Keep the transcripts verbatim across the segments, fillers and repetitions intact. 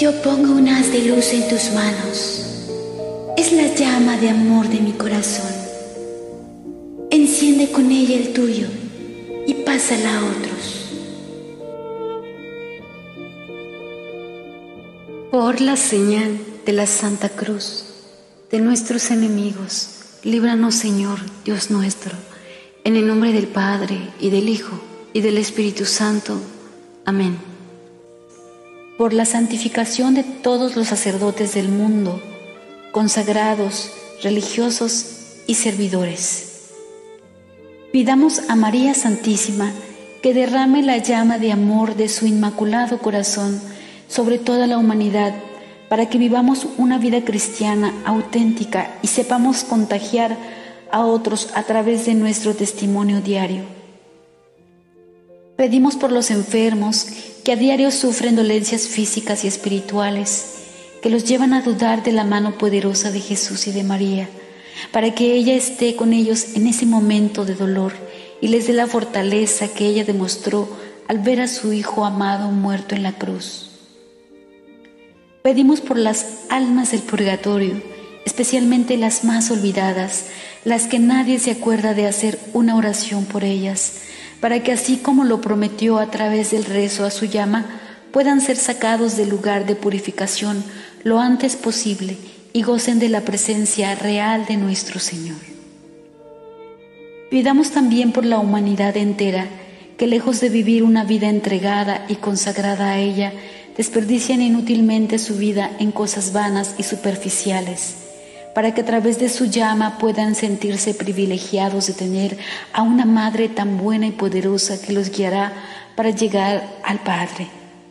Yo pongo un haz de luz en tus manos. Es la llama de amor de mi corazón. Enciende con ella el tuyo y pásala a otros. Por la señal de la Santa Cruz de nuestros enemigos, líbranos, Señor, Dios nuestro, en el nombre del Padre, y del Hijo, y del Espíritu Santo. Amén. Por la santificación de todos los sacerdotes del mundo, consagrados, religiosos y servidores. Pidamos a María Santísima que derrame la llama de amor de su inmaculado corazón sobre toda la humanidad, para que vivamos una vida cristiana auténtica y sepamos contagiar a otros a través de nuestro testimonio diario. Pedimos por los enfermos que a diario sufren dolencias físicas y espirituales, que los llevan a dudar de la mano poderosa de Jesús y de María, para que ella esté con ellos en ese momento de dolor y les dé la fortaleza que ella demostró al ver a su Hijo amado muerto en la cruz. Pedimos por las almas del purgatorio, especialmente las más olvidadas, las que nadie se acuerda de hacer una oración por ellas, para que así como lo prometió a través del rezo a su llama, puedan ser sacados del lugar de purificación lo antes posible y gocen de la presencia real de nuestro Señor. Pidamos también por la humanidad entera, que lejos de vivir una vida entregada y consagrada a ella, desperdician inútilmente su vida en cosas vanas y superficiales, para que a través de su llama puedan sentirse privilegiados de tener a una Madre tan buena y poderosa que los guiará para llegar al Padre.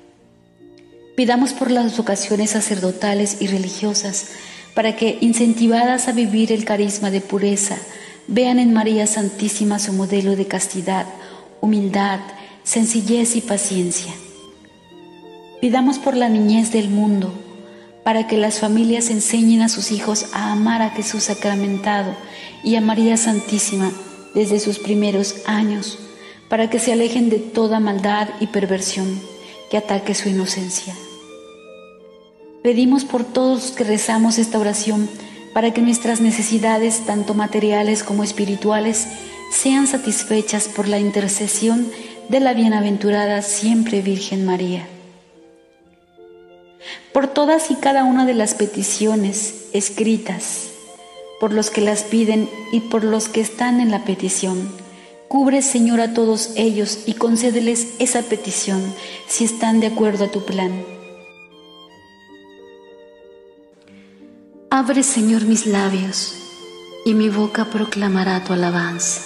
Pidamos por las vocaciones sacerdotales y religiosas, para que, incentivadas a vivir el carisma de pureza, vean en María Santísima su modelo de castidad, humildad, sencillez y paciencia. Pidamos por la niñez del mundo, para que las familias enseñen a sus hijos a amar a Jesús sacramentado y a María Santísima desde sus primeros años, para que se alejen de toda maldad y perversión que ataque su inocencia. Pedimos por todos los que rezamos esta oración, para que nuestras necesidades, tanto materiales como espirituales, sean satisfechas por la intercesión de la bienaventurada siempre Virgen María. Por todas y cada una de las peticiones escritas, por los que las piden y por los que están en la petición, cubre, Señor, a todos ellos y concédeles esa petición si están de acuerdo a tu plan. Abre, Señor, mis labios, y mi boca proclamará tu alabanza.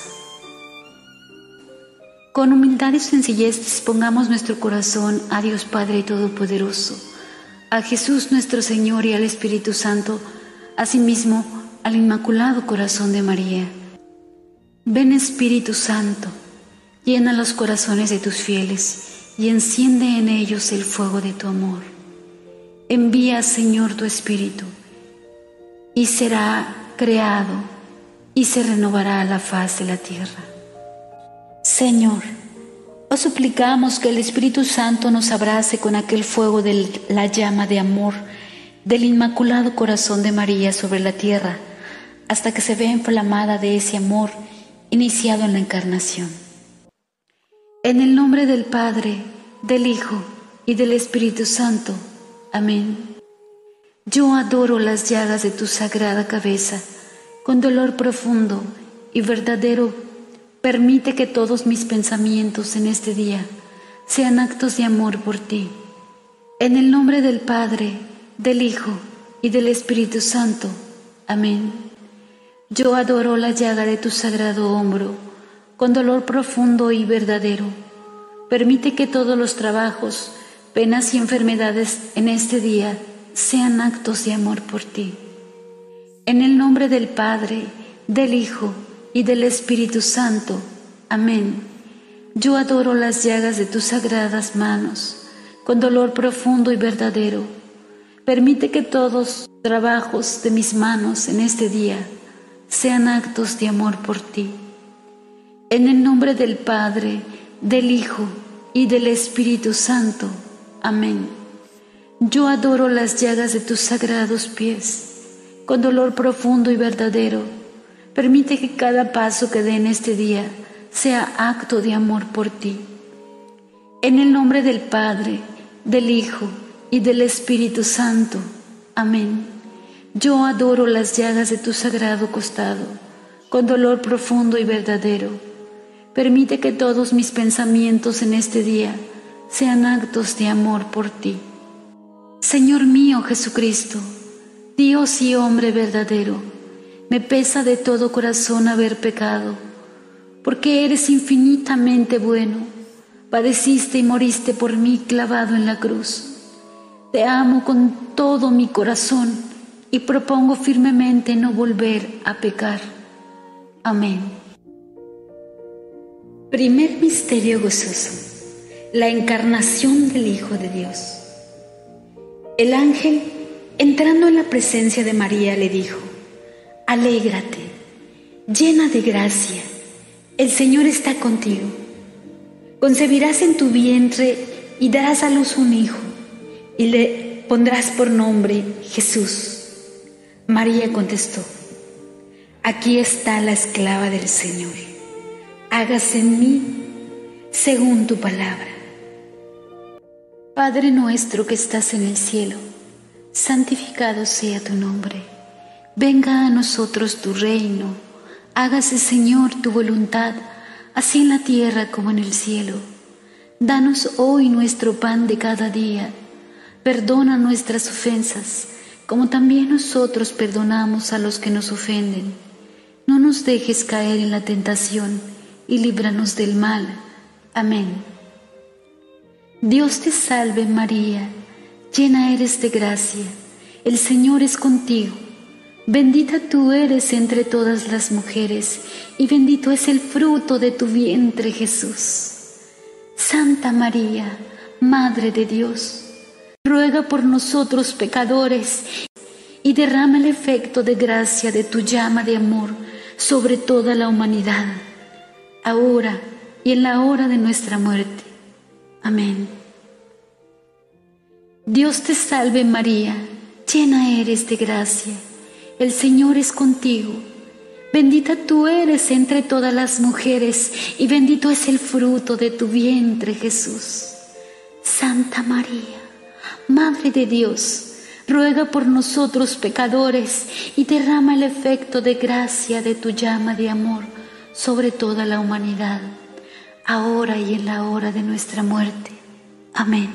Con humildad y sencillez dispongamos nuestro corazón a Dios Padre Todopoderoso, a Jesús nuestro Señor y al Espíritu Santo, asimismo al Inmaculado Corazón de María. Ven, Espíritu Santo, llena los corazones de tus fieles y enciende en ellos el fuego de tu amor. Envía, Señor, tu Espíritu, y será creado y se renovará la faz de la tierra. Señor, os suplicamos que el Espíritu Santo nos abrace con aquel fuego de la llama de amor del Inmaculado Corazón de María sobre la tierra, hasta que se vea inflamada de ese amor iniciado en la Encarnación. En el nombre del Padre, del Hijo y del Espíritu Santo. Amén. Yo adoro las llagas de tu sagrada cabeza, con dolor profundo y verdadero. Permite que todos mis pensamientos en este día sean actos de amor por ti. En el nombre del Padre, del Hijo y del Espíritu Santo. Amén. Yo adoro la llaga de tu sagrado hombro, con dolor profundo y verdadero. Permite que todos los trabajos, penas y enfermedades en este día sean actos de amor por ti. En el nombre del Padre, del Hijo y del Espíritu Santo. Amén. Yo adoro las llagas de tus sagradas manos, con dolor profundo y verdadero. Permite que todos los trabajos de mis manos en este día sean actos de amor por ti. En el nombre del Padre, del Hijo y del Espíritu Santo. Amén. Yo adoro las llagas de tus sagrados pies. Con dolor profundo y verdadero, permite que cada paso que dé en este día sea acto de amor por ti. En el nombre del Padre, del Hijo y del Espíritu Santo. Amén. Yo adoro las llagas de tu sagrado costado, con dolor profundo y verdadero. Permite que todos mis pensamientos en este día sean actos de amor por ti. Señor mío Jesucristo, Dios y hombre verdadero, me pesa de todo corazón haber pecado, porque eres infinitamente bueno, padeciste y moriste por mí clavado en la cruz. Te amo con todo mi corazón y propongo firmemente no volver a pecar. Amén. Primer misterio gozoso: la encarnación del Hijo de Dios. El ángel, entrando en la presencia de María, le dijo: Alégrate, llena de gracia, el Señor está contigo. Concebirás en tu vientre y darás a luz un hijo, y le pondrás por nombre Jesús. María contestó: Aquí está la esclava del Señor, hágase en mí según tu palabra. Padre nuestro que estás en el cielo, santificado sea tu nombre. Venga a nosotros tu reino. Hágase, Señor, tu voluntad, así en la tierra como en el cielo. Danos hoy nuestro pan de cada día. Perdona nuestras ofensas, como también nosotros perdonamos a los que nos ofenden. No nos dejes caer en la tentación y líbranos del mal. Amén. Dios te salve María, llena eres de gracia, el Señor es contigo. Bendita tú eres entre todas las mujeres, y bendito es el fruto de tu vientre, Jesús. Santa María, Madre de Dios, ruega por nosotros pecadores, y derrama el efecto de gracia de tu llama de amor sobre toda la humanidad, ahora y en la hora de nuestra muerte. Amén. Dios te salve María, llena eres de gracia, el Señor es contigo. Bendita tú eres entre todas las mujeres, y bendito es el fruto de tu vientre, Jesús. Santa María, Madre de Dios, ruega por nosotros pecadores, y derrama el efecto de gracia de tu llama de amor sobre toda la humanidad, ahora y en la hora de nuestra muerte. Amén.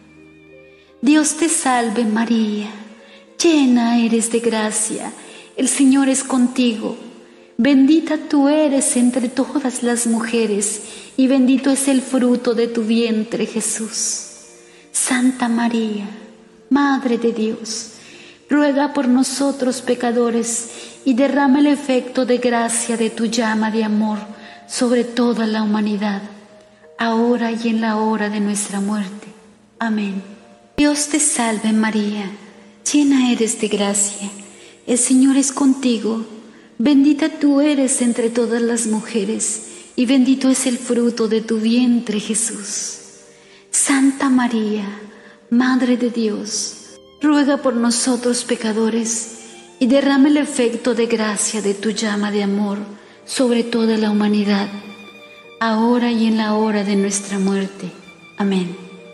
Dios te salve María, llena eres de gracia, el Señor es contigo. Bendita tú eres entre todas las mujeres, y bendito es el fruto de tu vientre, Jesús. Santa María, Madre de Dios, ruega por nosotros pecadores, y derrama el efecto de gracia de tu llama de amor sobre toda la humanidad, ahora y en la hora de nuestra muerte. Amén. Dios te salve María, llena eres de gracia, el Señor es contigo. Bendita tú eres entre todas las mujeres, y bendito es el fruto de tu vientre, Jesús. Santa María, Madre de Dios, ruega por nosotros pecadores, y derrama el efecto de gracia de tu llama de amor sobre toda la humanidad, ahora y en la hora de nuestra muerte. Amén.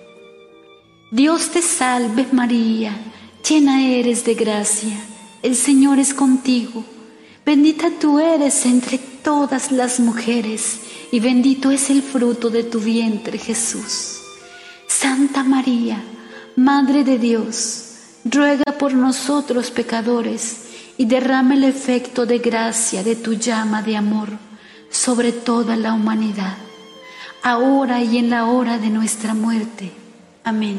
Dios te salve María, llena eres de gracia, el Señor es contigo. Bendita tú eres entre todas las mujeres, y bendito es el fruto de tu vientre, Jesús. Santa María, Madre de Dios, ruega por nosotros pecadores, y derrama el efecto de gracia de tu llama de amor sobre toda la humanidad, ahora y en la hora de nuestra muerte. Amén.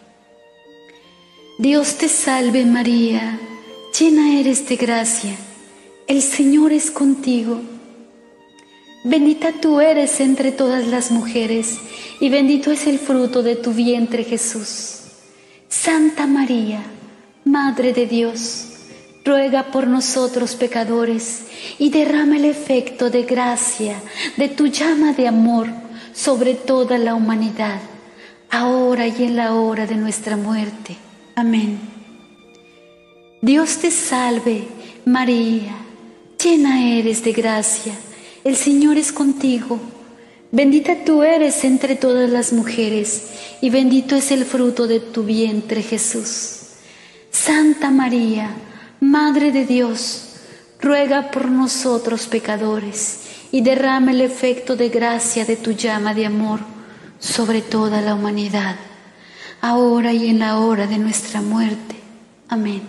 Dios te salve María, llena eres de gracia, el Señor es contigo. Bendita tú eres entre todas las mujeres, y bendito es el fruto de tu vientre, Jesús. Santa María, Madre de Dios, ruega por nosotros pecadores, y derrama el efecto de gracia de tu llama de amor sobre toda la humanidad, ahora y en la hora de nuestra muerte. Amén. Dios te salve, María, llena eres de gracia, el Señor es contigo. Bendita tú eres entre todas las mujeres, y bendito es el fruto de tu vientre, Jesús. Santa María, Madre de Dios, ruega por nosotros pecadores, y derrama el efecto de gracia de tu llama de amor sobre toda la humanidad, ahora y en la hora de nuestra muerte. Amén.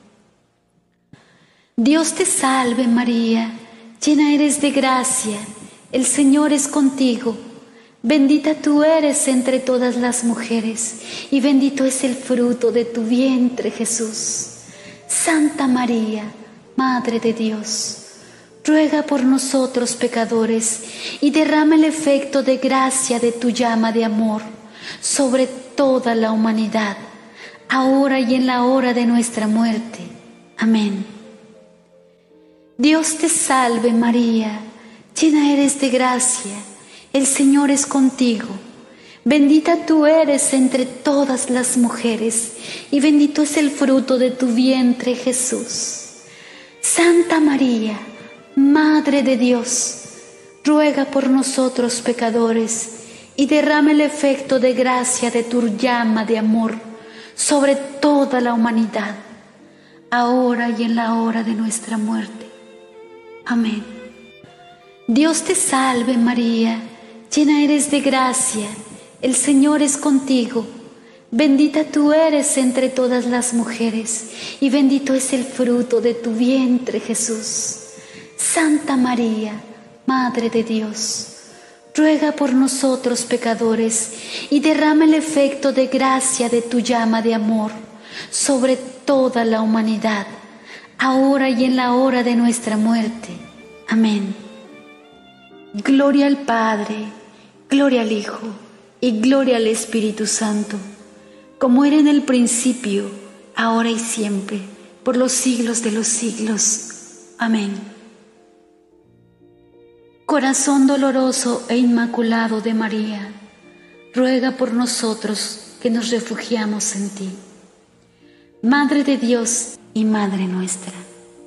Dios te salve, María, llena eres de gracia, el Señor es contigo. Bendita tú eres entre todas las mujeres, y bendito es el fruto de tu vientre, Jesús. Santa María, Madre de Dios, ruega por nosotros pecadores, y derrama el efecto de gracia de tu llama de amor sobre toda la humanidad, ahora y en la hora de nuestra muerte. Amén. Dios te salve, María, llena eres de gracia, el Señor es contigo. Bendita tú eres entre todas las mujeres, y bendito es el fruto de tu vientre, Jesús. Santa María, Madre de Dios, ruega por nosotros pecadores, y derrama el efecto de gracia de tu llama de amor sobre toda la humanidad, ahora y en la hora de nuestra muerte. Amén. Dios te salve, María, llena eres de gracia, el Señor es contigo. Bendita tú eres entre todas las mujeres, y bendito es el fruto de tu vientre, Jesús. Santa María, Madre de Dios, ruega por nosotros pecadores, y derrama el efecto de gracia de tu llama de amor sobre toda la humanidad, ahora y en la hora de nuestra muerte. Amén. Gloria al Padre, gloria al Hijo, y gloria al Espíritu Santo, como era en el principio, ahora y siempre, por los siglos de los siglos. Amén. Corazón doloroso e inmaculado de María, ruega por nosotros que nos refugiamos en ti. Madre de Dios y Madre nuestra,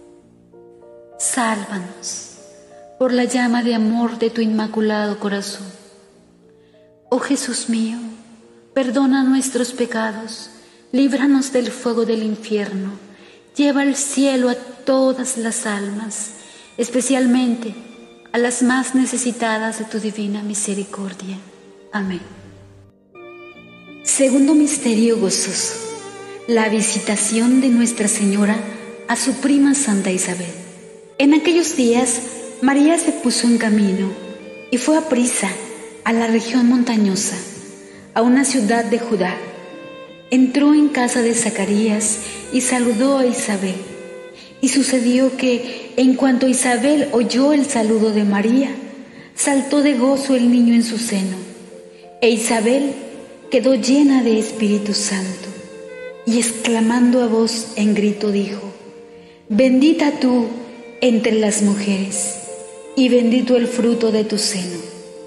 sálvanos por la llama de amor de tu inmaculado corazón. Oh Jesús mío, perdona nuestros pecados, líbranos del fuego del infierno, lleva al cielo a todas las almas, especialmente a las más necesitadas de tu divina misericordia. Amén. Segundo misterio gozoso: la visitación de Nuestra Señora a su prima Santa Isabel. En aquellos días, María se puso en camino y fue aprisa a la región montañosa, a una ciudad de Judá. Entró en casa de Zacarías y saludó a Isabel. Y sucedió que, en cuanto Isabel oyó el saludo de María, saltó de gozo el niño en su seno. E Isabel quedó llena de Espíritu Santo, y exclamando a voz en grito dijo: Bendita tú entre las mujeres, y bendito el fruto de tu seno.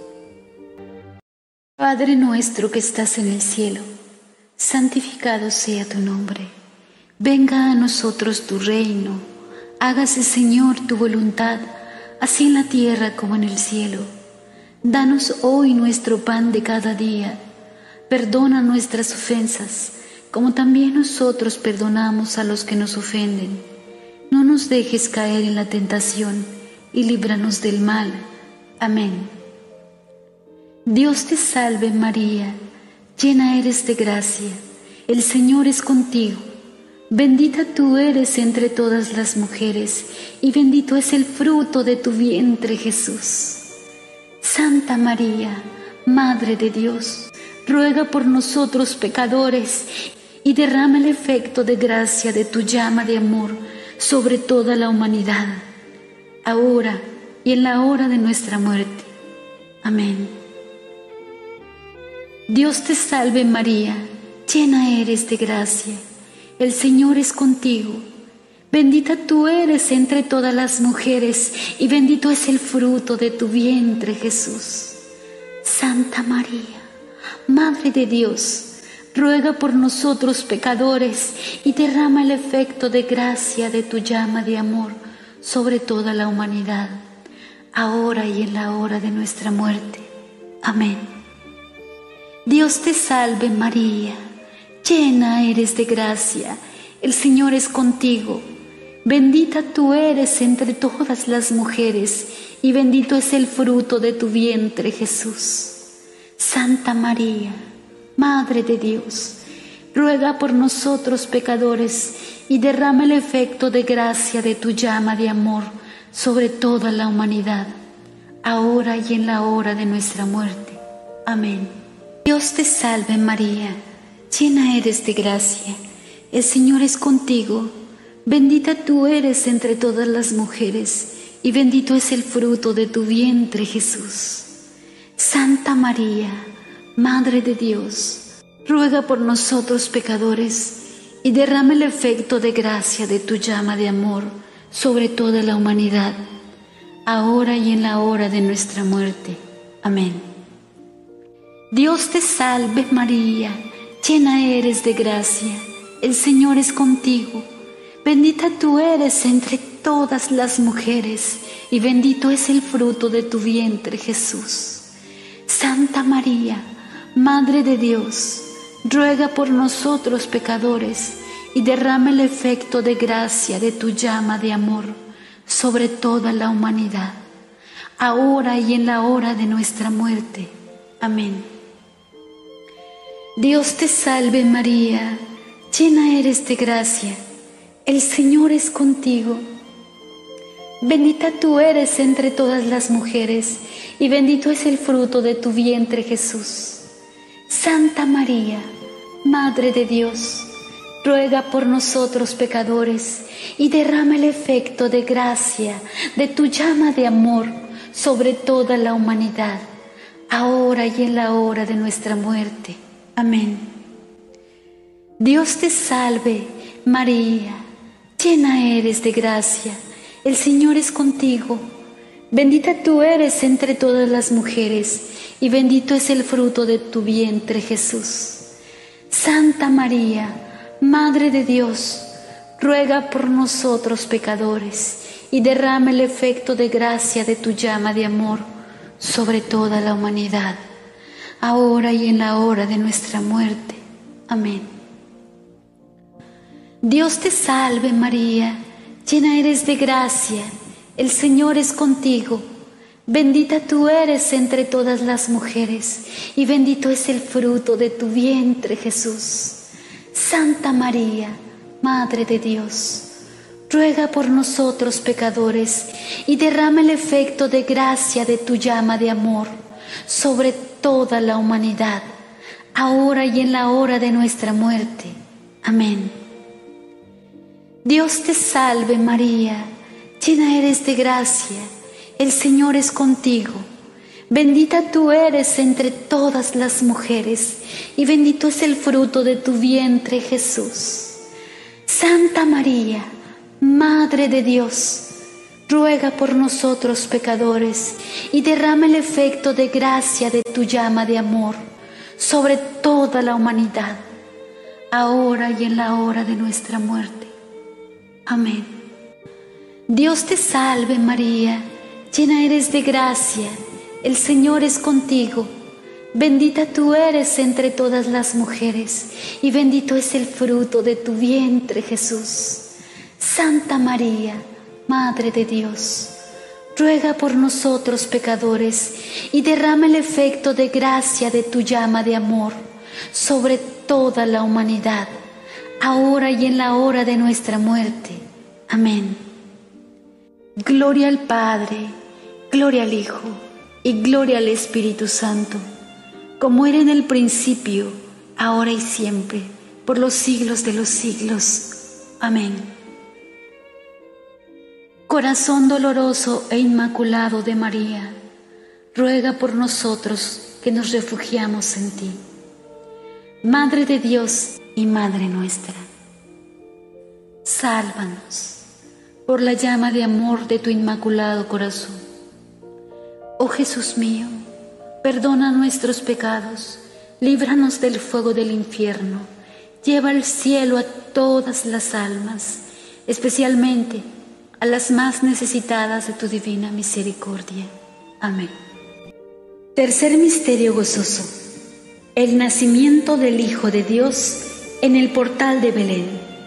Padre nuestro que estás en el cielo, santificado sea tu nombre. Venga a nosotros tu reino. Hágase, Señor, tu voluntad, así en la tierra como en el cielo. Danos hoy nuestro pan de cada día. Perdona nuestras ofensas, como también nosotros perdonamos a los que nos ofenden. No nos dejes caer en la tentación, y líbranos del mal. Amén. Dios te salve, María, llena eres de gracia, el Señor es contigo. Bendita tú eres entre todas las mujeres, y bendito es el fruto de tu vientre, Jesús. Santa María, Madre de Dios, ruega por nosotros pecadores, y derrama el efecto de gracia de tu llama de amor sobre toda la humanidad, ahora y en la hora de nuestra muerte. Amén. Dios te salve, María, llena eres de gracia, el Señor es contigo. Bendita tú eres entre todas las mujeres, y bendito es el fruto de tu vientre, Jesús. Santa María, Madre de Dios, ruega por nosotros pecadores y derrama el efecto de gracia de tu llama de amor sobre toda la humanidad, ahora y en la hora de nuestra muerte. Amén. Dios te salve María, llena eres de gracia, el Señor es contigo. Bendita tú eres entre todas las mujeres, y bendito es el fruto de tu vientre, Jesús. Santa María, Madre de Dios, ruega por nosotros pecadores, y derrama el efecto de gracia de tu llama de amor sobre toda la humanidad, ahora y en la hora de nuestra muerte. Amén. Dios te salve María, llena eres de gracia, el Señor es contigo. Bendita tú eres entre todas las mujeres, y bendito es el fruto de tu vientre, Jesús. Santa María, Madre de Dios, ruega por nosotros pecadores, y derrama el efecto de gracia de tu llama de amor sobre toda la humanidad, ahora y en la hora de nuestra muerte. Amén. Dios te salve María, llena eres de gracia, el Señor es contigo. Bendita tú eres entre todas las mujeres, y bendito es el fruto de tu vientre, Jesús. Santa María, Madre de Dios, ruega por nosotros pecadores, y derrama el efecto de gracia de tu llama de amor sobre toda la humanidad, ahora y en la hora de nuestra muerte. Amén. Dios te salve María, llena eres de gracia, el Señor es contigo. Bendita tú eres entre todas las mujeres, y bendito es el fruto de tu vientre, Jesús. Santa María, Madre de Dios, ruega por nosotros pecadores, y derrama el efecto de gracia de tu llama de amor sobre toda la humanidad, ahora y en la hora de nuestra muerte. Amén. Dios te salve, María, llena eres de gracia, el Señor es contigo. Bendita tú eres entre todas las mujeres, y bendito es el fruto de tu vientre, Jesús. Santa María, Madre de Dios, ruega por nosotros pecadores, y derrama el efecto de gracia de tu llama de amor sobre toda la humanidad, ahora y en la hora de nuestra muerte. Amén. Dios te salve María, llena eres de gracia, el Señor es contigo. Bendita tú eres entre todas las mujeres, y bendito es el fruto de tu vientre, Jesús. Santa María, Madre de Dios, ruega por nosotros pecadores, y derrama el efecto de gracia de tu llama de amor sobre toda la humanidad, ahora y en la hora de nuestra muerte. Amén. Dios te salve María, llena eres de gracia, el Señor es contigo. Bendita tú eres entre todas las mujeres, y bendito es el fruto de tu vientre, Jesús. Santa María, Madre de Dios, ruega por nosotros pecadores, y derrama el efecto de gracia de tu llama de amor sobre toda la humanidad, ahora y en la hora de nuestra muerte. Amén. Dios te salve María, llena eres de gracia, el Señor es contigo. Bendita tú eres entre todas las mujeres, y bendito es el fruto de tu vientre, Jesús. Santa María, Madre de Dios, ruega por nosotros pecadores, y derrama el efecto de gracia de tu llama de amor sobre toda la humanidad, ahora y en la hora de nuestra muerte. Amén. Gloria al Padre, gloria al Hijo, y gloria al Espíritu Santo, como era en el principio, ahora y siempre, por los siglos de los siglos. Amén. Corazón doloroso e inmaculado de María, ruega por nosotros que nos refugiamos en ti. Madre de Dios y Madre nuestra, sálvanos por la llama de amor de tu inmaculado corazón. Oh Jesús mío, perdona nuestros pecados, líbranos del fuego del infierno, lleva al cielo a todas las almas, especialmente a las más necesitadas de tu divina misericordia. Amén. Tercer misterio gozoso: el nacimiento del Hijo de Dios en el portal de Belén.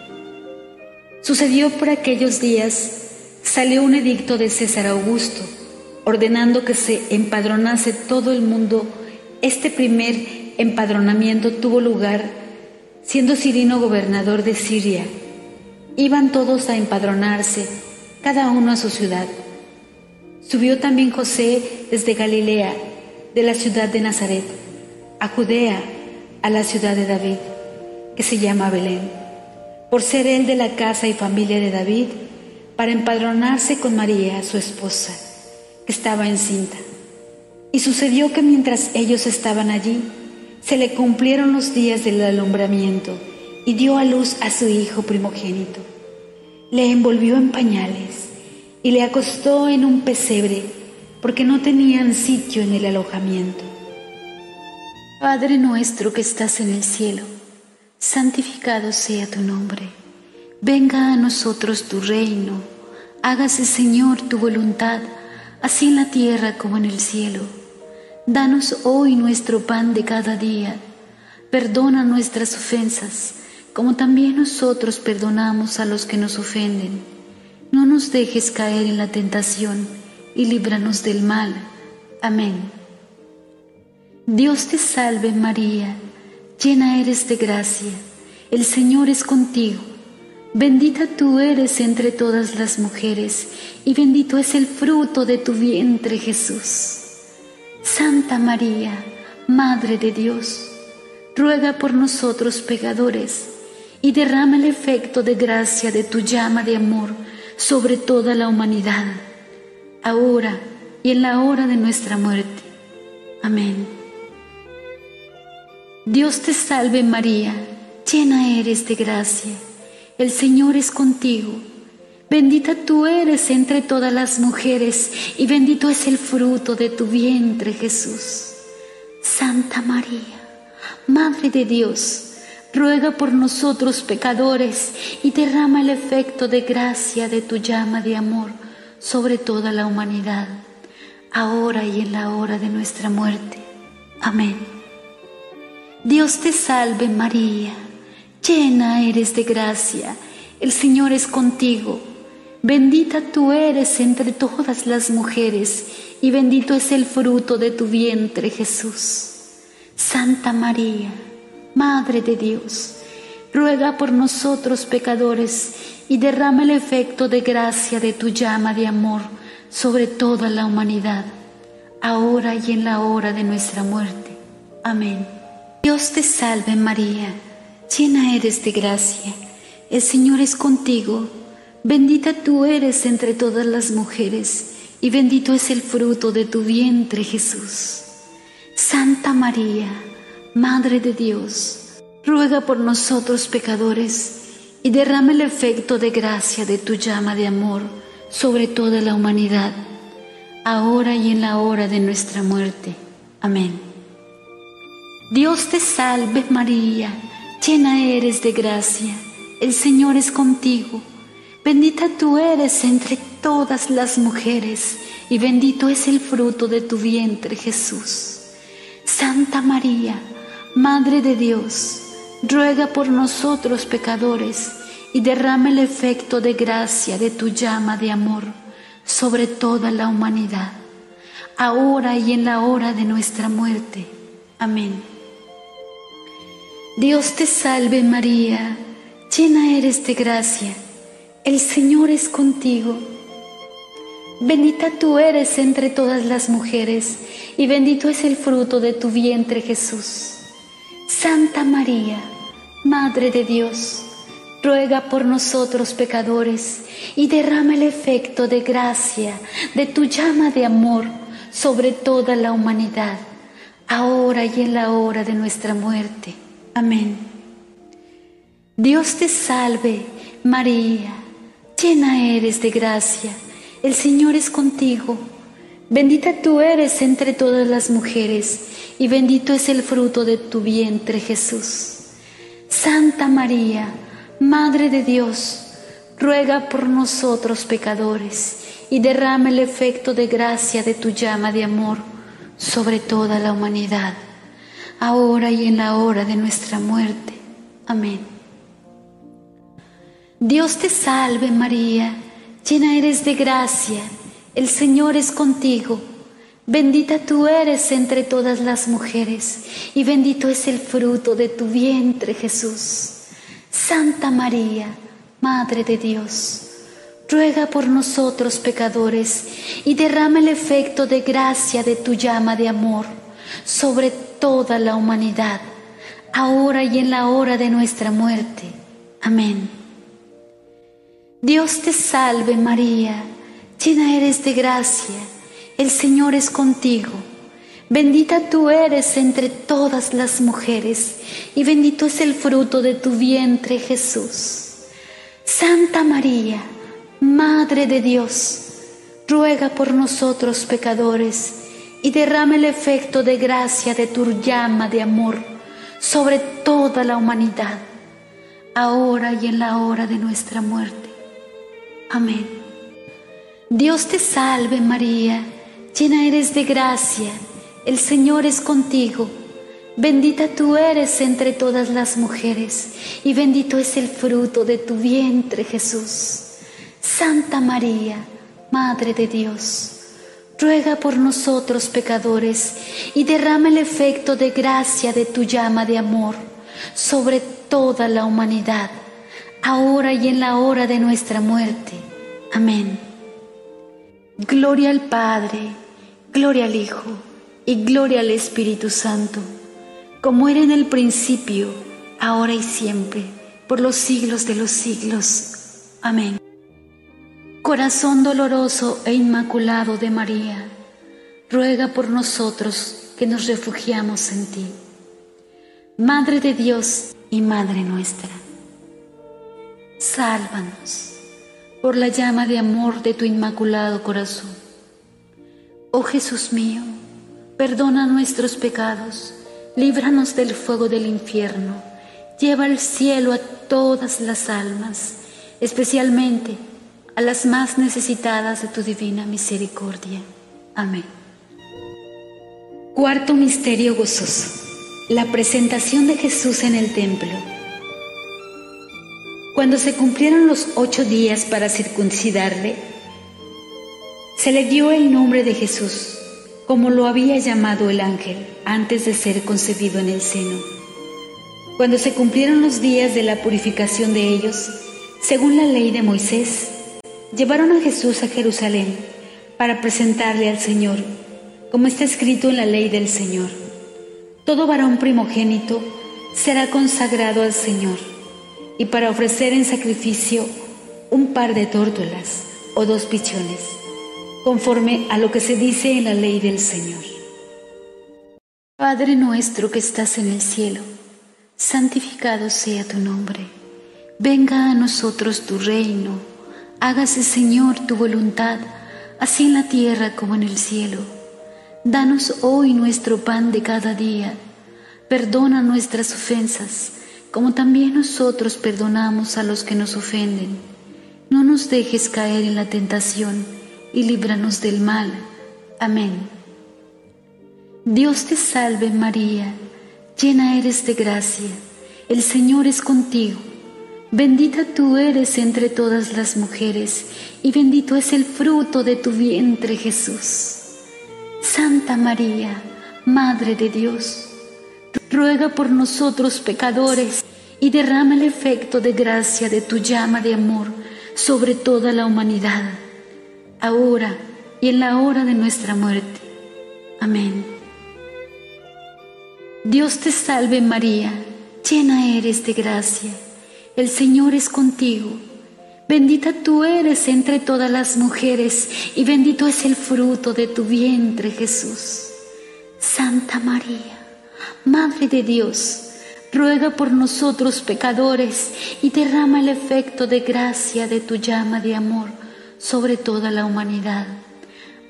Sucedió por aquellos días, salió un edicto de César Augusto, ordenando que se empadronase todo el mundo. Este primer empadronamiento tuvo lugar siendo Cirino gobernador de Siria. Iban todos a empadronarse, cada uno a su ciudad. Subió también José desde Galilea, de la ciudad de Nazaret, a Judea, a la ciudad de David, que se llama Belén, por ser él de la casa y familia de David, para empadronarse con María, su esposa, que estaba encinta. Y sucedió que mientras ellos estaban allí, se le cumplieron los días del alumbramiento, y dio a luz a su hijo primogénito. Le envolvió en pañales y le acostó en un pesebre, porque no tenían sitio en el alojamiento. Padre nuestro que estás en el cielo, santificado sea tu nombre. Venga a nosotros tu reino. Hágase, Señor, tu voluntad, así en la tierra como en el cielo. Danos hoy nuestro pan de cada día. Perdona nuestras ofensas, como también nosotros perdonamos a los que nos ofenden. No nos dejes caer en la tentación y líbranos del mal. Amén. Dios te salve María, llena eres de gracia, el Señor es contigo. Bendita tú eres entre todas las mujeres, y bendito es el fruto de tu vientre, Jesús. Santa María, Madre de Dios, ruega por nosotros pecadores, y derrama el efecto de gracia de tu llama de amor sobre toda la humanidad, ahora y en la hora de nuestra muerte. Amén. Dios te salve María, llena eres de gracia, el Señor es contigo. Bendita tú eres entre todas las mujeres, y bendito es el fruto de tu vientre, Jesús. Santa María, Madre de Dios, ruega por nosotros pecadores, y derrama el efecto de gracia de tu llama de amor sobre toda la humanidad, ahora y en la hora de nuestra muerte. Amén. Dios te salve María, llena eres de gracia, el Señor es contigo. Bendita tú eres entre todas las mujeres, y bendito es el fruto de tu vientre, Jesús. Santa María, Madre de Dios, ruega por nosotros pecadores, y derrama el efecto de gracia de tu llama de amor sobre toda la humanidad, ahora y en la hora de nuestra muerte. Amén. Dios te salve María, llena eres de gracia, el Señor es contigo. Bendita tú eres entre todas las mujeres, y bendito es el fruto de tu vientre, Jesús. Santa María, Madre de Dios, ruega por nosotros pecadores, y derrama el efecto de gracia de tu llama de amor sobre toda la humanidad, ahora y en la hora de nuestra muerte. Amén. Dios te salve María, llena eres de gracia, el Señor es contigo. Bendita tú eres entre todas las mujeres, y bendito es el fruto de tu vientre, Jesús. Santa María, Madre de Dios, ruega por nosotros pecadores, y derrama el efecto de gracia de tu llama de amor sobre toda la humanidad, ahora y en la hora de nuestra muerte. Amén. Dios te salve María, llena eres de gracia, el Señor es contigo. Bendita tú eres entre todas las mujeres, y bendito es el fruto de tu vientre, Jesús. Santa María, Madre de Dios, ruega por nosotros pecadores, y derrama el efecto de gracia de tu llama de amor sobre toda la humanidad, ahora y en la hora de nuestra muerte. Amén. Dios te salve, María, llena eres de gracia, el Señor es contigo. Bendita tú eres entre todas las mujeres, y bendito es el fruto de tu vientre, Jesús. Santa María, Madre de Dios, ruega por nosotros pecadores, y derrama el efecto de gracia de tu llama de amor sobre toda la humanidad, ahora y en la hora de nuestra muerte. Amén. Dios te salve María, llena eres de gracia, el Señor es contigo. Bendita tú eres entre todas las mujeres, y bendito es el fruto de tu vientre, Jesús. Santa María, Madre de Dios, ruega por nosotros pecadores, y derrama el efecto de gracia de tu llama de amor sobre toda la humanidad, ahora y en la hora de nuestra muerte. Amén. Dios te salve María, llena eres de gracia, el Señor es contigo. Bendita tú eres entre todas las mujeres, y bendito es el fruto de tu vientre, Jesús. Santa María, Madre de Dios, ruega por nosotros pecadores, y derrama el efecto de gracia de tu llama de amor sobre toda la humanidad, ahora y en la hora de nuestra muerte. Amén. Dios te salve María, llena eres de gracia, el Señor es contigo. Bendita tú eres entre todas las mujeres, y bendito es el fruto de tu vientre, Jesús. Santa María, Madre de Dios, ruega por nosotros pecadores, y derrama el efecto de gracia de tu llama de amor sobre toda la humanidad, ahora y en la hora de nuestra muerte. Amén. Gloria al Padre, gloria al Hijo, y gloria al Espíritu Santo, como era en el principio, ahora y siempre, por los siglos de los siglos. Amén. Corazón doloroso e inmaculado de María, ruega por nosotros que nos refugiamos en ti. Madre de Dios y Madre nuestra, sálvanos por la llama de amor de tu inmaculado corazón. Oh Jesús mío, perdona nuestros pecados, líbranos del fuego del infierno, lleva al cielo a todas las almas, especialmente a las más necesitadas de tu divina misericordia. Amén. Cuarto misterio gozoso: la presentación de Jesús en el templo. Cuando se cumplieron los ocho días para circuncidarle, se le dio el nombre de Jesús, como lo había llamado el ángel antes de ser concebido en el seno. Cuando se cumplieron los días de la purificación de ellos, según la ley de Moisés, llevaron a Jesús a Jerusalén para presentarle al Señor, como está escrito en la ley del Señor: todo varón primogénito será consagrado al Señor, y para ofrecer en sacrificio un par de tórtolas o dos pichones, conforme a lo que se dice en la ley del Señor. Padre nuestro que estás en el cielo, santificado sea tu nombre. Venga a nosotros tu reino. Hágase, Señor, tu voluntad, así en la tierra como en el cielo. Danos hoy nuestro pan de cada día. Perdona nuestras ofensas, como también nosotros perdonamos a los que nos ofenden. No nos dejes caer en la tentación, y líbranos del mal. Amén. Dios te salve María, llena eres de gracia, el Señor es contigo. Bendita tú eres entre todas las mujeres, y bendito es el fruto de tu vientre, Jesús. Santa María, Madre de Dios, ruega por nosotros pecadores, y derrama el efecto de gracia de tu llama de amor sobre toda la humanidad, ahora y en la hora de nuestra muerte. Amén. Dios te salve María, llena eres de gracia, el Señor es contigo. Bendita tú eres entre todas las mujeres, y bendito es el fruto de tu vientre, Jesús. Santa María, Madre de Dios, ruega por nosotros pecadores, y derrama el efecto de gracia de tu llama de amor sobre toda la humanidad,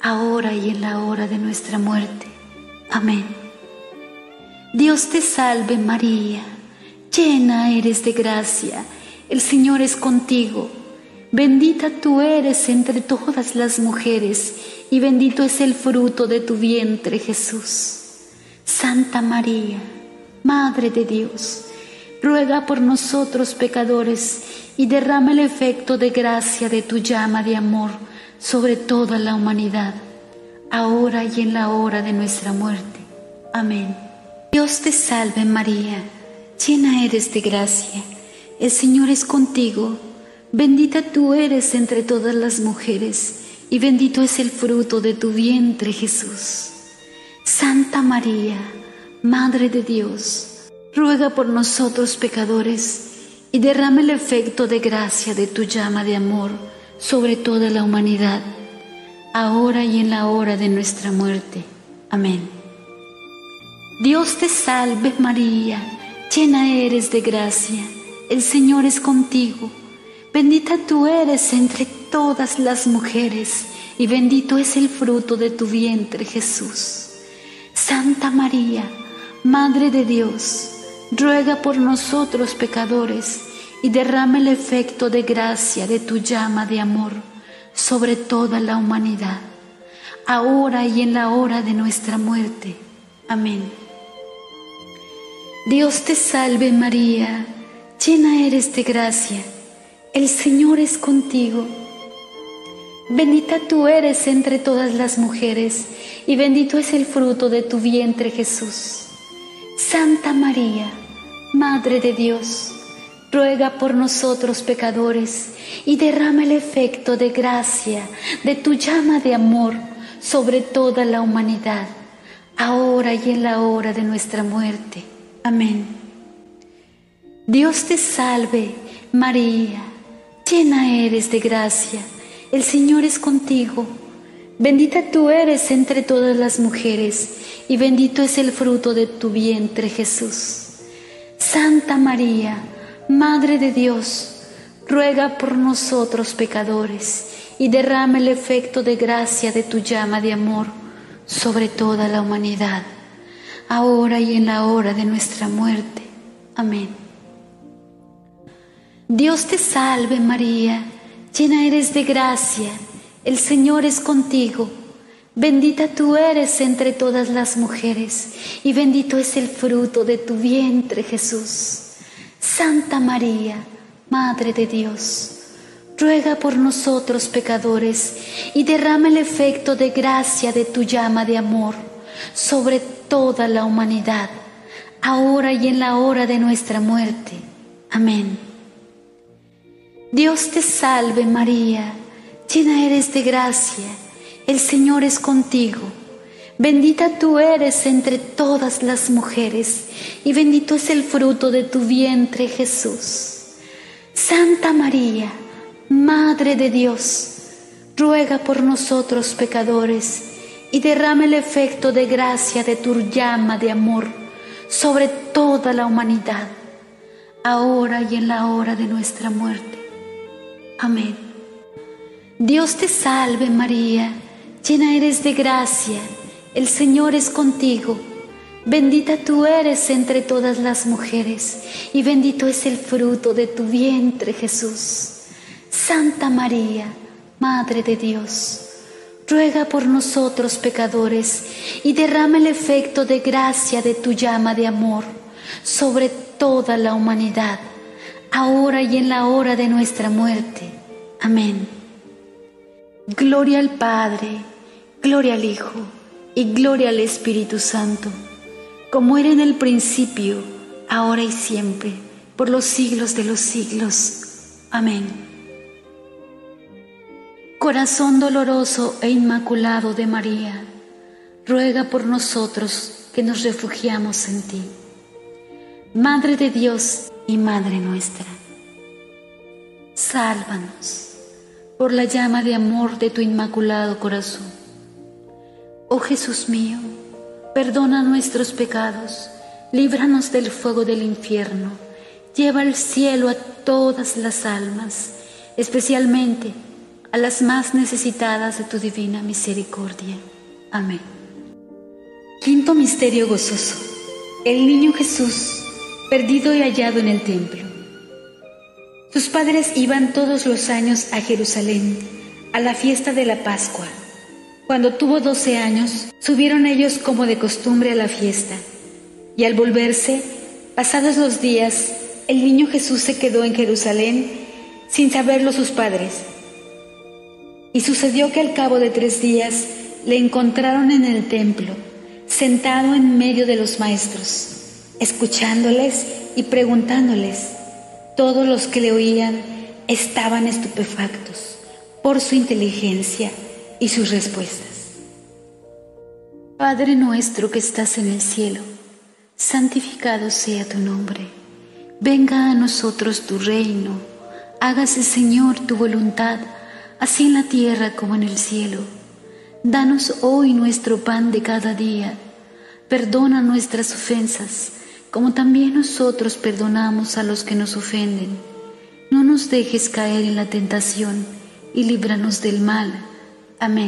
ahora y en la hora de nuestra muerte. Amén. Dios te salve María, llena eres de gracia, el Señor es contigo. Bendita tú eres entre todas las mujeres, y bendito es el fruto de tu vientre, Jesús. Santa María, Madre de Dios, ruega por nosotros pecadores, y derrama el efecto de gracia de tu llama de amor sobre toda la humanidad, ahora y en la hora de nuestra muerte. Amén. Dios te salve María, llena eres de gracia, el Señor es contigo. Bendita tú eres entre todas las mujeres, y bendito es el fruto de tu vientre, Jesús. Santa María, Madre de Dios, ruega por nosotros pecadores, y derrama el efecto de gracia de tu llama de amor sobre toda la humanidad, ahora y en la hora de nuestra muerte. Amén. Dios te salve María, llena eres de gracia, el Señor es contigo. Bendita tú eres entre todas las mujeres, y bendito es el fruto de tu vientre, Jesús. Santa María, Madre de Dios, ruega por nosotros pecadores, y derrama el efecto de gracia de tu llama de amor sobre toda la humanidad, ahora y en la hora de nuestra muerte. Amén. Dios te salve María, llena eres de gracia, el Señor es contigo. Bendita tú eres entre todas las mujeres, y bendito es el fruto de tu vientre, Jesús. Santa María, Madre de Dios, ruega por nosotros pecadores, y derrama el efecto de gracia de tu llama de amor sobre toda la humanidad, ahora y en la hora de nuestra muerte. Amén. Dios te salve, María, llena eres de gracia, el Señor es contigo. Bendita tú eres entre todas las mujeres, y bendito es el fruto de tu vientre, Jesús. Santa María, Madre de Dios, ruega por nosotros pecadores, y derrama el efecto de gracia de tu llama de amor sobre toda la humanidad, ahora y en la hora de nuestra muerte. Amén. Dios te salve María, llena eres de gracia, el Señor es contigo. Bendita tú eres entre todas las mujeres, y bendito es el fruto de tu vientre, Jesús. Santa María, Madre de Dios, ruega por nosotros pecadores, y derrama el efecto de gracia de tu llama de amor sobre toda la humanidad, ahora y en la hora de nuestra muerte. Amén. Dios te salve María, llena eres de gracia, el Señor es contigo. Bendita tú eres entre todas las mujeres, y bendito es el fruto de tu vientre, Jesús. Santa María, Madre de Dios, ruega por nosotros pecadores, y derrama el efecto de gracia de tu llama de amor sobre toda la humanidad, ahora y en la hora de nuestra muerte. Amén. Dios te salve María, llena eres de gracia, el Señor es contigo. Bendita tú eres entre todas las mujeres, y bendito es el fruto de tu vientre, Jesús. Santa María, Madre de Dios, ruega por nosotros pecadores, y derrama el efecto de gracia de tu llama de amor sobre toda la humanidad, ahora y en la hora de nuestra muerte. Amén. Gloria al Padre, gloria al Hijo, y gloria al Espíritu Santo, como era en el principio, ahora y siempre, por los siglos de los siglos. Amén. Corazón doloroso e inmaculado de María, ruega por nosotros que nos refugiamos en ti. Madre de Dios y Madre nuestra, sálvanos por la llama de amor de tu inmaculado corazón. Oh Jesús mío, perdona nuestros pecados, líbranos del fuego del infierno, lleva al cielo a todas las almas, especialmente a las más necesitadas de tu divina misericordia. Amén. Quinto misterio gozoso: el niño Jesús, perdido y hallado en el templo. Sus padres iban todos los años a Jerusalén, a la fiesta de la Pascua. Cuando tuvo doce años, subieron ellos como de costumbre a la fiesta. Y al volverse, pasados los días, el niño Jesús se quedó en Jerusalén sin saberlo sus padres. Y sucedió que al cabo de tres días le encontraron en el templo, sentado en medio de los maestros, escuchándoles y preguntándoles. Todos los que le oían estaban estupefactos por su inteligencia y sus respuestas. Padre nuestro que estás en el cielo, santificado sea tu nombre. Venga a nosotros tu reino. Hágase, Señor, tu voluntad, así en la tierra como en el cielo. Danos hoy nuestro pan de cada día. Perdona nuestras ofensas, como también nosotros perdonamos a los que nos ofenden. No nos dejes caer en la tentación, y líbranos del mal. Amén.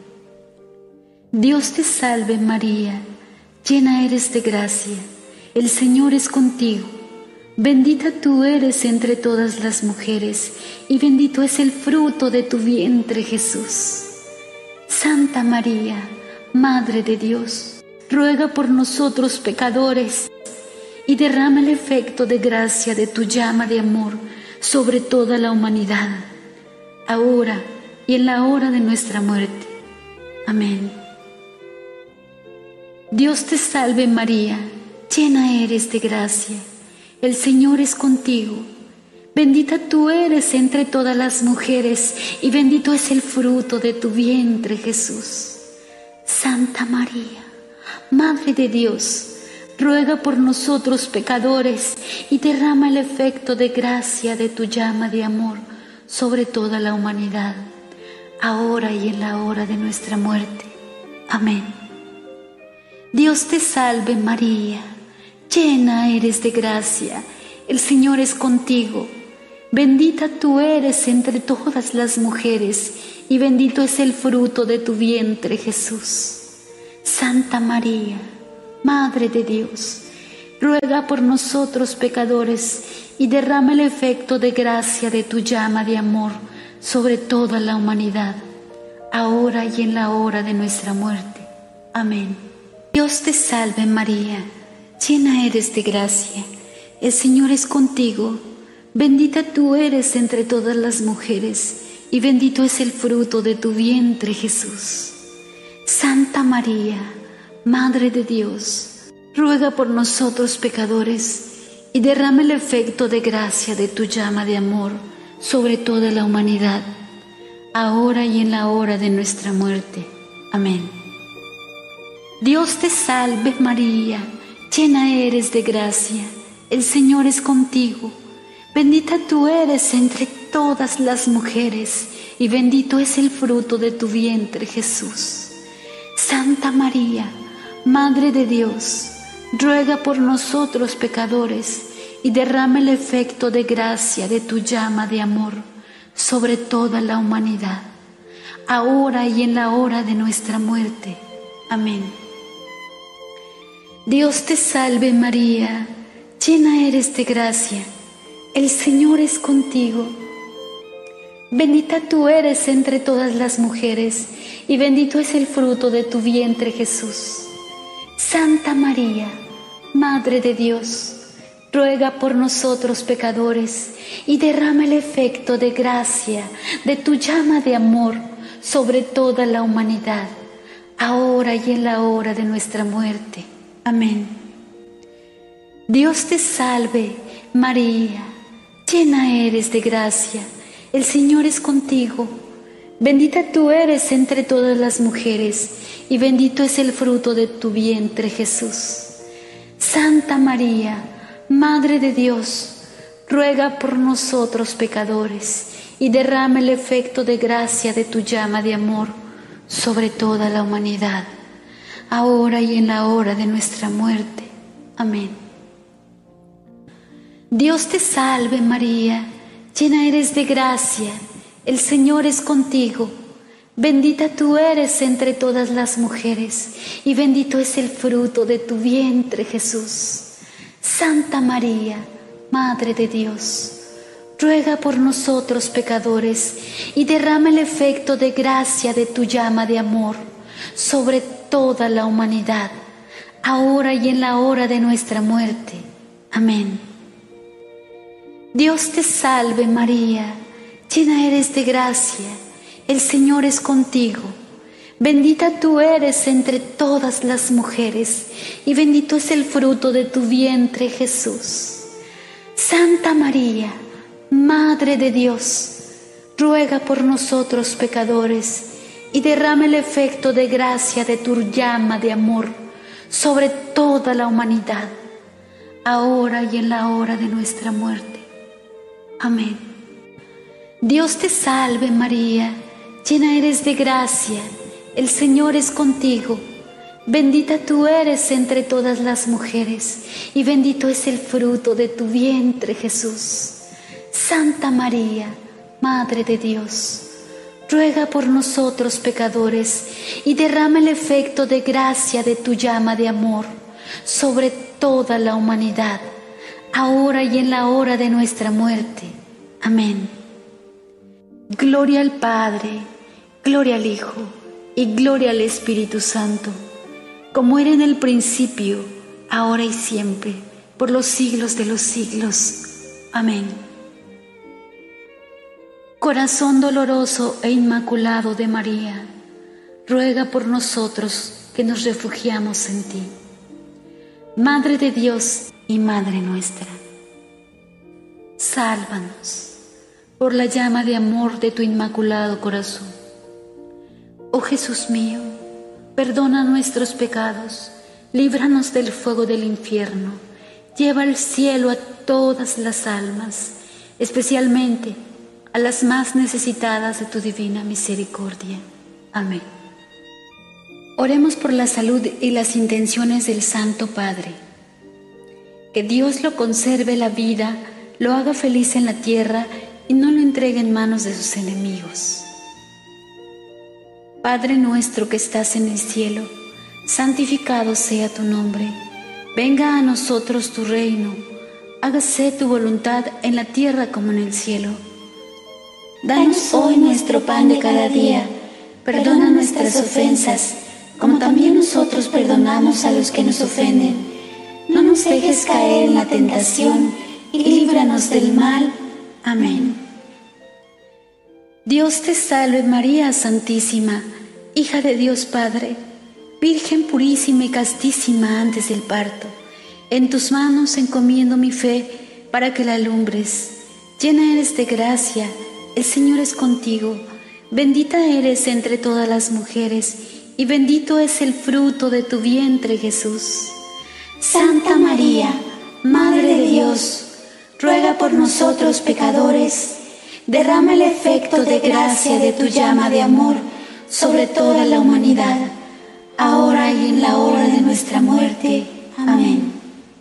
Dios te salve María, llena eres de gracia, el Señor es contigo. Bendita tú eres entre todas las mujeres, y bendito es el fruto de tu vientre, Jesús. Santa María, Madre de Dios, ruega por nosotros pecadores, y derrama el efecto de gracia de tu llama de amor sobre toda la humanidad, ahora y en la hora de nuestra muerte. Amén. Dios te salve María, llena eres de gracia, el Señor es contigo. Bendita tú eres entre todas las mujeres, y bendito es el fruto de tu vientre, Jesús. Santa María, Madre de Dios, ruega por nosotros pecadores, y derrama el efecto de gracia de tu llama de amor sobre toda la humanidad, ahora y en la hora de nuestra muerte. Amén. Dios te salve María, llena eres de gracia, el Señor es contigo. Bendita tú eres entre todas las mujeres, y bendito es el fruto de tu vientre, Jesús. Santa María, Madre de Dios, ruega por nosotros pecadores, y derrama el efecto de gracia de tu llama de amor sobre toda la humanidad, ahora y en la hora de nuestra muerte. Amén. Dios te salve María, llena eres de gracia, el Señor es contigo. Bendita tú eres entre todas las mujeres, y bendito es el fruto de tu vientre, Jesús. Santa María, Madre de Dios, ruega por nosotros pecadores, y derrama el efecto de gracia de tu llama de amor sobre toda la humanidad, ahora y en la hora de nuestra muerte. Amén. Dios te salve María, llena eres de gracia, el Señor es contigo. Bendita tú eres entre todas las mujeres, y bendito es el fruto de tu vientre, Jesús. Santa María, Madre de Dios, ruega por nosotros pecadores, y derrama el efecto de gracia de tu llama de amor sobre toda la humanidad, ahora y en la hora de nuestra muerte. Amén. Dios te salve María, llena eres de gracia, el Señor es contigo. Bendita tú eres entre todas las mujeres, y bendito es el fruto de tu vientre, Jesús. Santa María, Madre de Dios, ruega por nosotros pecadores, y derrama el efecto de gracia de tu llama de amor sobre toda la humanidad, ahora y en la hora de nuestra muerte. Amén. Dios te salve, María, llena eres de gracia, el Señor es contigo. Bendita tú eres entre todas las mujeres, y bendito es el fruto de tu vientre, Jesús. Santa María, Madre de Dios, ruega por nosotros pecadores, y derrama el efecto de gracia de tu llama de amor sobre toda la humanidad, ahora y en la hora de nuestra muerte. Amén. Dios te salve María, llena eres de gracia, el Señor es contigo. Bendita tú eres entre todas las mujeres, y bendito es el fruto de tu vientre, Jesús. Santa María, Madre de Dios, ruega por nosotros pecadores, y derrama el efecto de gracia de tu llama de amor sobre toda la humanidad, ahora y en la hora de nuestra muerte. Amén. Dios te salve María, llena eres de gracia, el Señor es contigo. Bendita tú eres entre todas las mujeres, y bendito es el fruto de tu vientre, Jesús. Santa María, Madre de Dios, ruega por nosotros pecadores, y derrama el efecto de gracia de tu llama de amor sobre toda la humanidad, ahora y en la hora de nuestra muerte. Amén. Dios te salve María, llena eres de gracia, el Señor es contigo. Bendita tú eres entre todas las mujeres, y bendito es el fruto de tu vientre, Jesús. Santa María, Madre de Dios, ruega por nosotros pecadores, y derrama el efecto de gracia de tu llama de amor sobre toda la humanidad, ahora y en la hora de nuestra muerte. Amén. Gloria al Padre, gloria al Hijo, y gloria al Espíritu Santo, como era en el principio, ahora y siempre, por los siglos de los siglos. Amén. Corazón doloroso e inmaculado de María, ruega por nosotros que nos refugiamos en ti. Madre de Dios y Madre nuestra, sálvanos por la llama de amor de tu inmaculado corazón. Oh Jesús mío, perdona nuestros pecados, líbranos del fuego del infierno, lleva al cielo a todas las almas, especialmente a las más necesitadas de tu divina misericordia. Amén. Oremos por la salud y las intenciones del Santo Padre. Que Dios lo conserve la vida, lo haga feliz en la tierra y no lo entregue en manos de sus enemigos. Padre nuestro que estás en el cielo, santificado sea tu nombre. Venga a nosotros tu reino, hágase tu voluntad en la tierra como en el cielo. Danos hoy nuestro pan de cada día, perdona nuestras ofensas, como también nosotros perdonamos a los que nos ofenden. No nos dejes caer en la tentación, y líbranos del mal. Amén. Dios te salve María Santísima, hija de Dios Padre, Virgen purísima y castísima antes del parto. En tus manos encomiendo mi fe para que la alumbres. Llena eres de gracia, el Señor es contigo. Bendita eres entre todas las mujeres, y bendito es el fruto de tu vientre, Jesús. Santa María, Madre de Dios, ruega por nosotros pecadores, derrama el efecto de gracia de tu llama de amor sobre toda la humanidad, ahora y en la hora de nuestra muerte. Amén.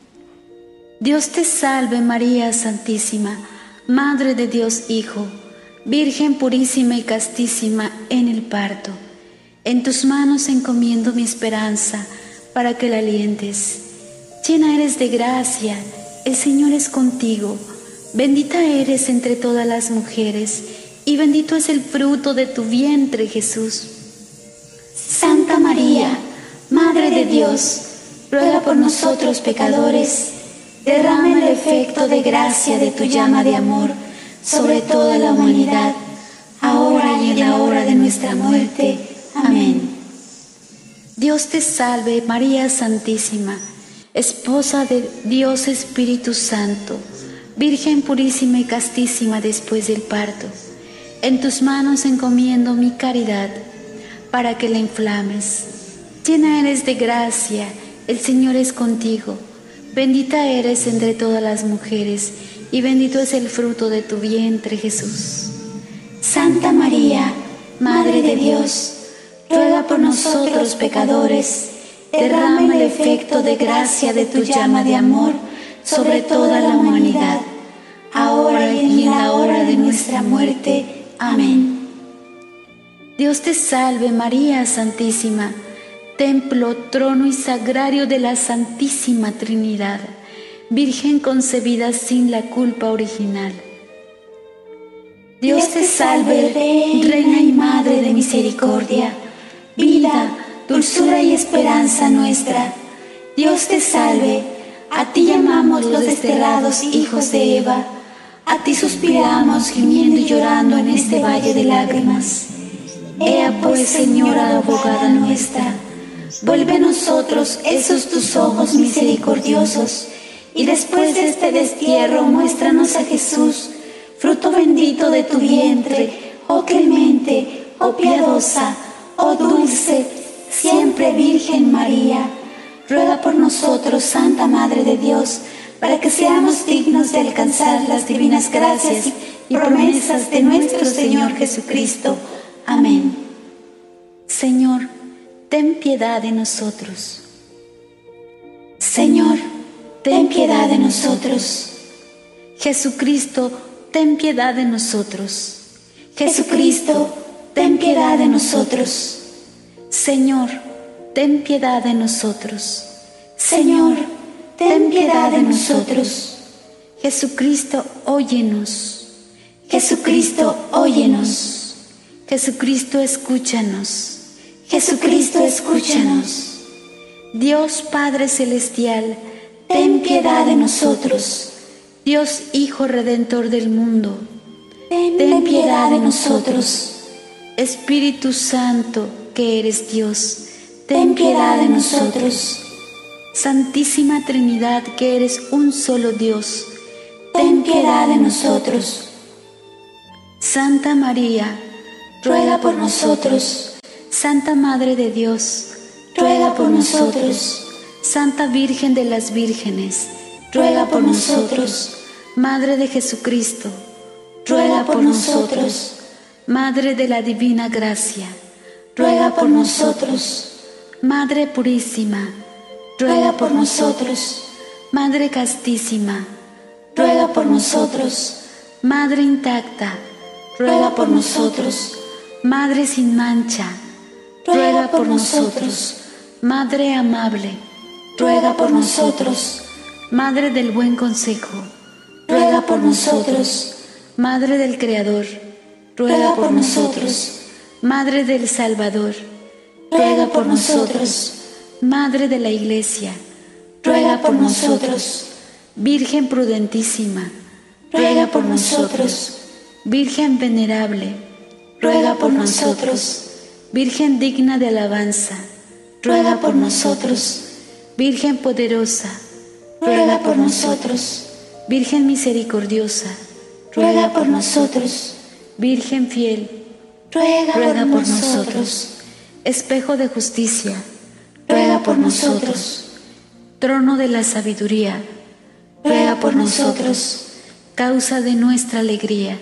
Dios te salve María Santísima, Madre de Dios Hijo, Virgen purísima y castísima en el parto. En tus manos encomiendo mi esperanza para que la alientes. Llena eres de gracia, el Señor es contigo. Bendita eres entre todas las mujeres, y bendito es el fruto de tu vientre, Jesús. Santa María, Madre de Dios, ruega por nosotros pecadores, derrama el efecto de gracia de tu llama de amor sobre toda la humanidad, ahora y en la hora de nuestra muerte. Amén. Dios te salve, María Santísima, Esposa de Dios Espíritu Santo, Virgen purísima y castísima después del parto. En tus manos encomiendo mi caridad, para que la inflames. Llena eres de gracia, el Señor es contigo. Bendita eres entre todas las mujeres, y bendito es el fruto de tu vientre, Jesús. Santa María, Madre de Dios, ruega por nosotros pecadores, derrama el efecto de gracia de tu llama de amor sobre toda la humanidad, ahora y en la hora de nuestra muerte. Amén. Dios te salve María Santísima, templo, trono y sagrario de la Santísima Trinidad, Virgen concebida sin la culpa original. Dios te salve, Reina y Madre de misericordia, vida, dulzura y esperanza nuestra. Dios te salve, a ti llamamos los desterrados hijos de Eva, a ti suspiramos gimiendo y llorando en este valle de lágrimas. Ea pues, Señora abogada nuestra, vuelve a nosotros esos tus ojos misericordiosos, y después de este destierro muéstranos a Jesús, fruto bendito de tu vientre, oh clemente, oh piadosa, oh dulce, siempre Virgen María. Ruega por nosotros, Santa Madre de Dios, para que seamos dignos de alcanzar las divinas gracias y promesas de nuestro Señor Jesucristo. Amén. Señor, ten piedad de nosotros. Señor, ten piedad de nosotros. Jesucristo, ten piedad de nosotros. Jesucristo, ten piedad de nosotros. Señor, ten piedad de nosotros. Señor, ten piedad de nosotros. Jesucristo, óyenos. Jesucristo, óyenos. Jesucristo, escúchanos. Jesucristo, escúchanos. Dios Padre Celestial, ten piedad de nosotros. Dios Hijo Redentor del mundo, ten piedad de nosotros. Espíritu Santo, que eres Dios, ten piedad de nosotros. Santísima Trinidad, que eres un solo Dios, ten piedad de nosotros. Santa María, ruega por nosotros. Santa Madre de Dios, ruega por nosotros. Santa Virgen de las Vírgenes, ruega por nosotros. Madre de Jesucristo, ruega por nosotros. Madre de la Divina Gracia, ruega por nosotros. Madre Purísima, ruega por nosotros. Madre Castísima, ruega por nosotros. Madre Intacta, ruega por nosotros. Madre sin mancha, ruega por nosotros. Madre amable, ruega por nosotros. Madre del buen consejo, ruega por nosotros. Madre del Creador, ruega por nosotros. Madre del Salvador, ruega por nosotros. Madre de la Iglesia, ruega por nosotros. Virgen prudentísima, ruega por nosotros. Virgen venerable, ruega por nosotros. Virgen digna de alabanza, ruega por nosotros. Virgen poderosa, ruega por nosotros. Virgen misericordiosa, ruega por nosotros. Virgen fiel, ruega, ruega por, por nosotros. nosotros. Espejo de justicia, ruega por nosotros. Trono de la sabiduría, ruega por nosotros. Causa de nuestra alegría,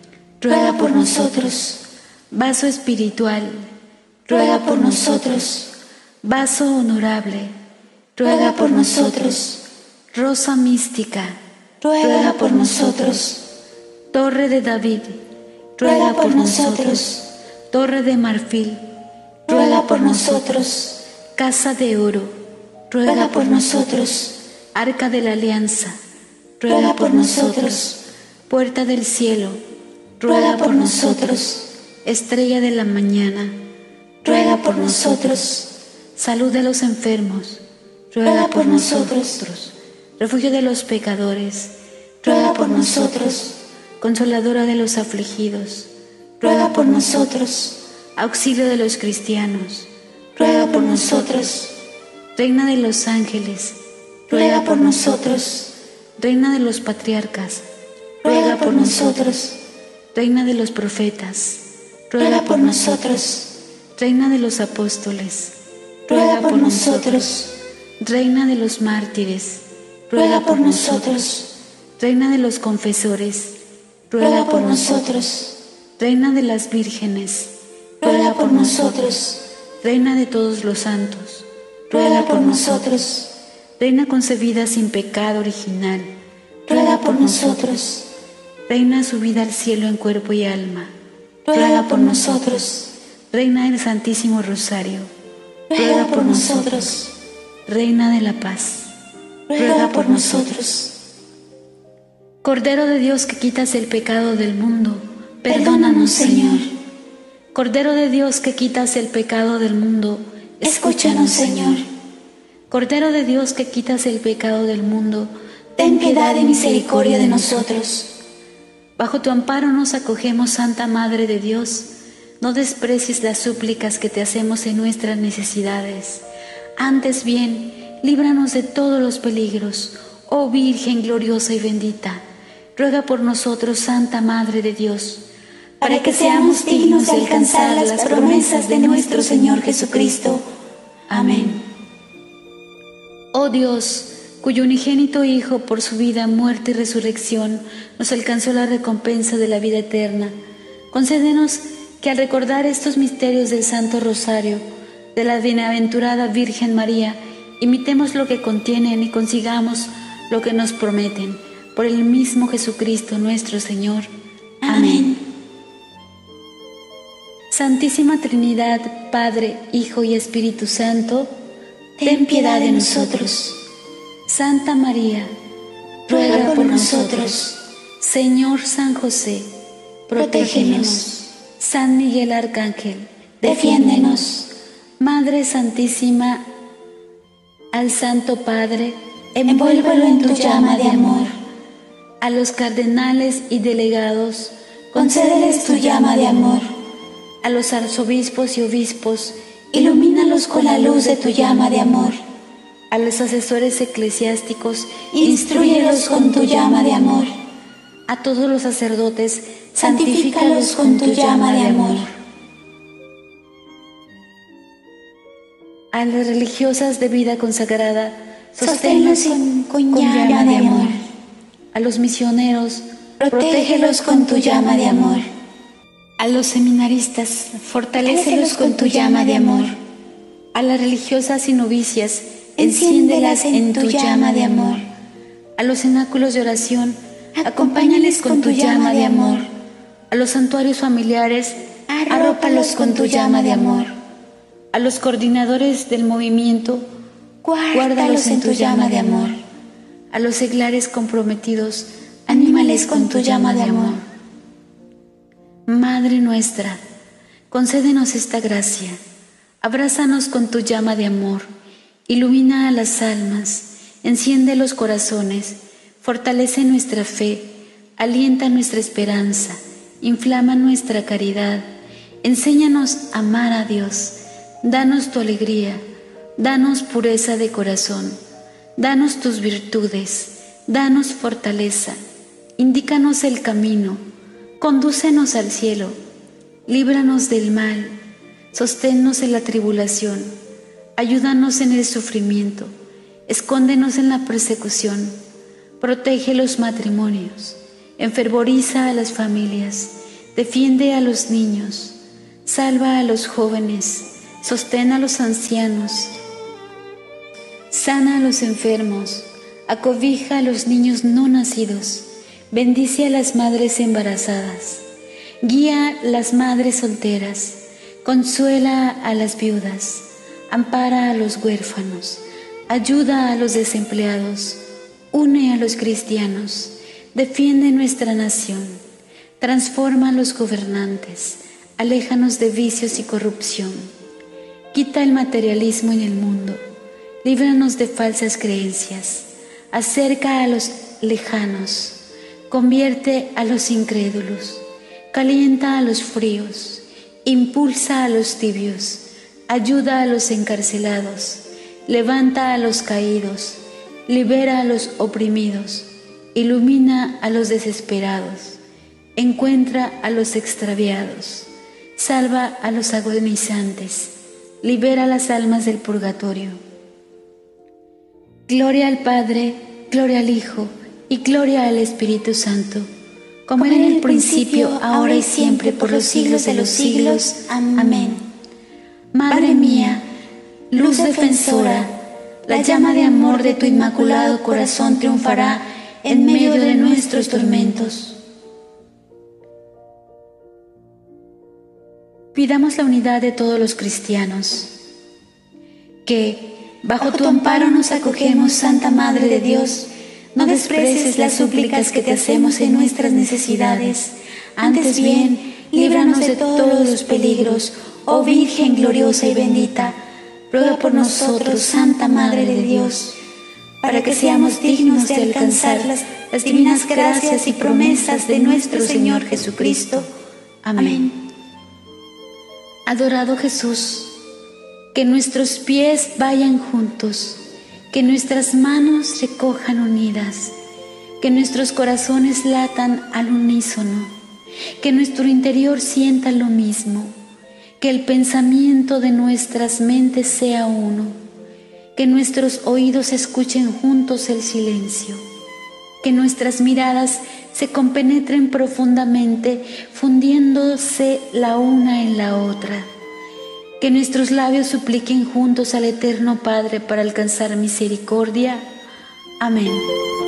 ruega por nosotros. Vaso espiritual, ruega por nosotros. Vaso honorable, ruega por nosotros. Rosa mística, ruega por nosotros. Torre de David, ruega por nosotros. Torre de marfil, ruega por nosotros. Casa de oro, ruega por nosotros. Arca de la alianza, ruega por nosotros. Puerta del cielo, ruega por nosotros. Estrella de la mañana, ruega por nosotros. Salud de los enfermos, ruega, ruega por nosotros. nosotros. Refugio de los pecadores, ruega por nosotros. Consoladora de los afligidos, ruega por nosotros. Auxilio de los cristianos, ruega por nosotros. Reina de los ángeles, ruega por nosotros. Reina de los patriarcas, ruega por nosotros. Reina de los profetas, ruega por nosotros. Reina de los apóstoles, ruega por nosotros. Reina de los mártires, ruega por nosotros. Reina de los confesores, ruega por nosotros. Reina de las vírgenes, ruega por nosotros. Reina de todos los santos, ruega por nosotros. Reina concebida sin pecado original, ruega por nosotros. Reina subida al cielo en cuerpo y alma, ruega por nosotros. Reina del Santísimo Rosario, ruega por nosotros. Reina de la Paz, ruega por nosotros. Cordero de Dios que quitas el pecado del mundo, perdónanos, Señor. Cordero de Dios que quitas el pecado del mundo, escúchanos, Señor. Cordero de Dios que quitas el pecado del mundo, ten piedad y misericordia de nosotros. Bajo tu amparo nos acogemos, Santa Madre de Dios. No desprecies las súplicas que te hacemos en nuestras necesidades. Antes bien, líbranos de todos los peligros, oh Virgen gloriosa y bendita. Ruega por nosotros, Santa Madre de Dios, para que seamos dignos de alcanzar las promesas de nuestro Señor Jesucristo. Amén. Oh Dios, cuyo unigénito Hijo, por su vida, muerte y resurrección, nos alcanzó la recompensa de la vida eterna, concédenos que al recordar estos misterios del Santo Rosario, de la bienaventurada Virgen María, imitemos lo que contienen y consigamos lo que nos prometen, por el mismo Jesucristo nuestro Señor. Amén. Santísima Trinidad, Padre, Hijo y Espíritu Santo, ten piedad de nosotros. Santa María, ruega por nosotros. Señor San José, protégenos. San Miguel Arcángel, defiéndenos. Madre Santísima, al Santo Padre, envuélvelo en tu llama de amor. A los cardenales y delegados, concédeles tu llama de amor. A los arzobispos y obispos, ilumínalos con la luz de tu llama de amor. A los asesores eclesiásticos, instrúyelos con tu llama de amor. A todos los sacerdotes, santifícalos con tu llama de amor. A las religiosas de vida consagrada, sosténlos con, con, con llama, llama de amor. A los misioneros, protégelos con tu llama de amor. A los seminaristas, fortalécelos con tu llama de amor. A las religiosas y novicias, enciéndelas en tu llama de amor. A los cenáculos de oración, acompáñales con tu llama de amor. A los santuarios familiares, arrópalos con tu llama de amor. A los coordinadores del movimiento, guárdalos en tu llama de amor. A los seglares comprometidos, anímales con tu llama de amor. Madre nuestra, concédenos esta gracia, abrázanos con tu llama de amor, ilumina a las almas, enciende los corazones, fortalece nuestra fe, alienta nuestra esperanza, inflama nuestra caridad, enséñanos a amar a Dios, danos tu alegría, danos pureza de corazón, danos tus virtudes, danos fortaleza, indícanos el camino, condúcenos al cielo, líbranos del mal, sosténnos en la tribulación, ayúdanos en el sufrimiento, escóndenos en la persecución, protege los matrimonios, enfervoriza a las familias, defiende a los niños, salva a los jóvenes, sostén a los ancianos, sana a los enfermos, acobija a los niños no nacidos, bendice a las madres embarazadas, guía a las madres solteras, consuela a las viudas, ampara a los huérfanos, ayuda a los desempleados, une a los cristianos, defiende nuestra nación, transforma a los gobernantes, aléjanos de vicios y corrupción, quita el materialismo en el mundo, líbranos de falsas creencias, acerca a los lejanos, convierte a los incrédulos, calienta a los fríos, impulsa a los tibios, ayuda a los encarcelados, levanta a los caídos, libera a los oprimidos, ilumina a los desesperados, encuentra a los extraviados, salva a los agonizantes, libera las almas del purgatorio. Gloria al Padre, gloria al Hijo y gloria al Espíritu Santo, como era en el principio, ahora y siempre, por los siglos de los siglos. Amén. Madre mía, luz defensora, la llama de amor de tu inmaculado corazón triunfará en medio de nuestros tormentos. Pidamos la unidad de todos los cristianos. Que, bajo tu amparo nos acogemos, Santa Madre de Dios. No desprecies las súplicas que te hacemos en nuestras necesidades. Antes bien, líbranos de todos los peligros, oh Virgen gloriosa y bendita. Ruega por nosotros, Santa Madre de Dios, para que seamos dignos de alcanzar las, las divinas gracias y promesas de nuestro Señor Jesucristo. Amén. Adorado Jesús, que nuestros pies vayan juntos, que nuestras manos se cojan unidas, que nuestros corazones latan al unísono, que nuestro interior sienta lo mismo, que el pensamiento de nuestras mentes sea uno, que nuestros oídos escuchen juntos el silencio, que nuestras miradas se compenetren profundamente, fundiéndose la una en la otra, que nuestros labios supliquen juntos al Eterno Padre para alcanzar misericordia. Amén.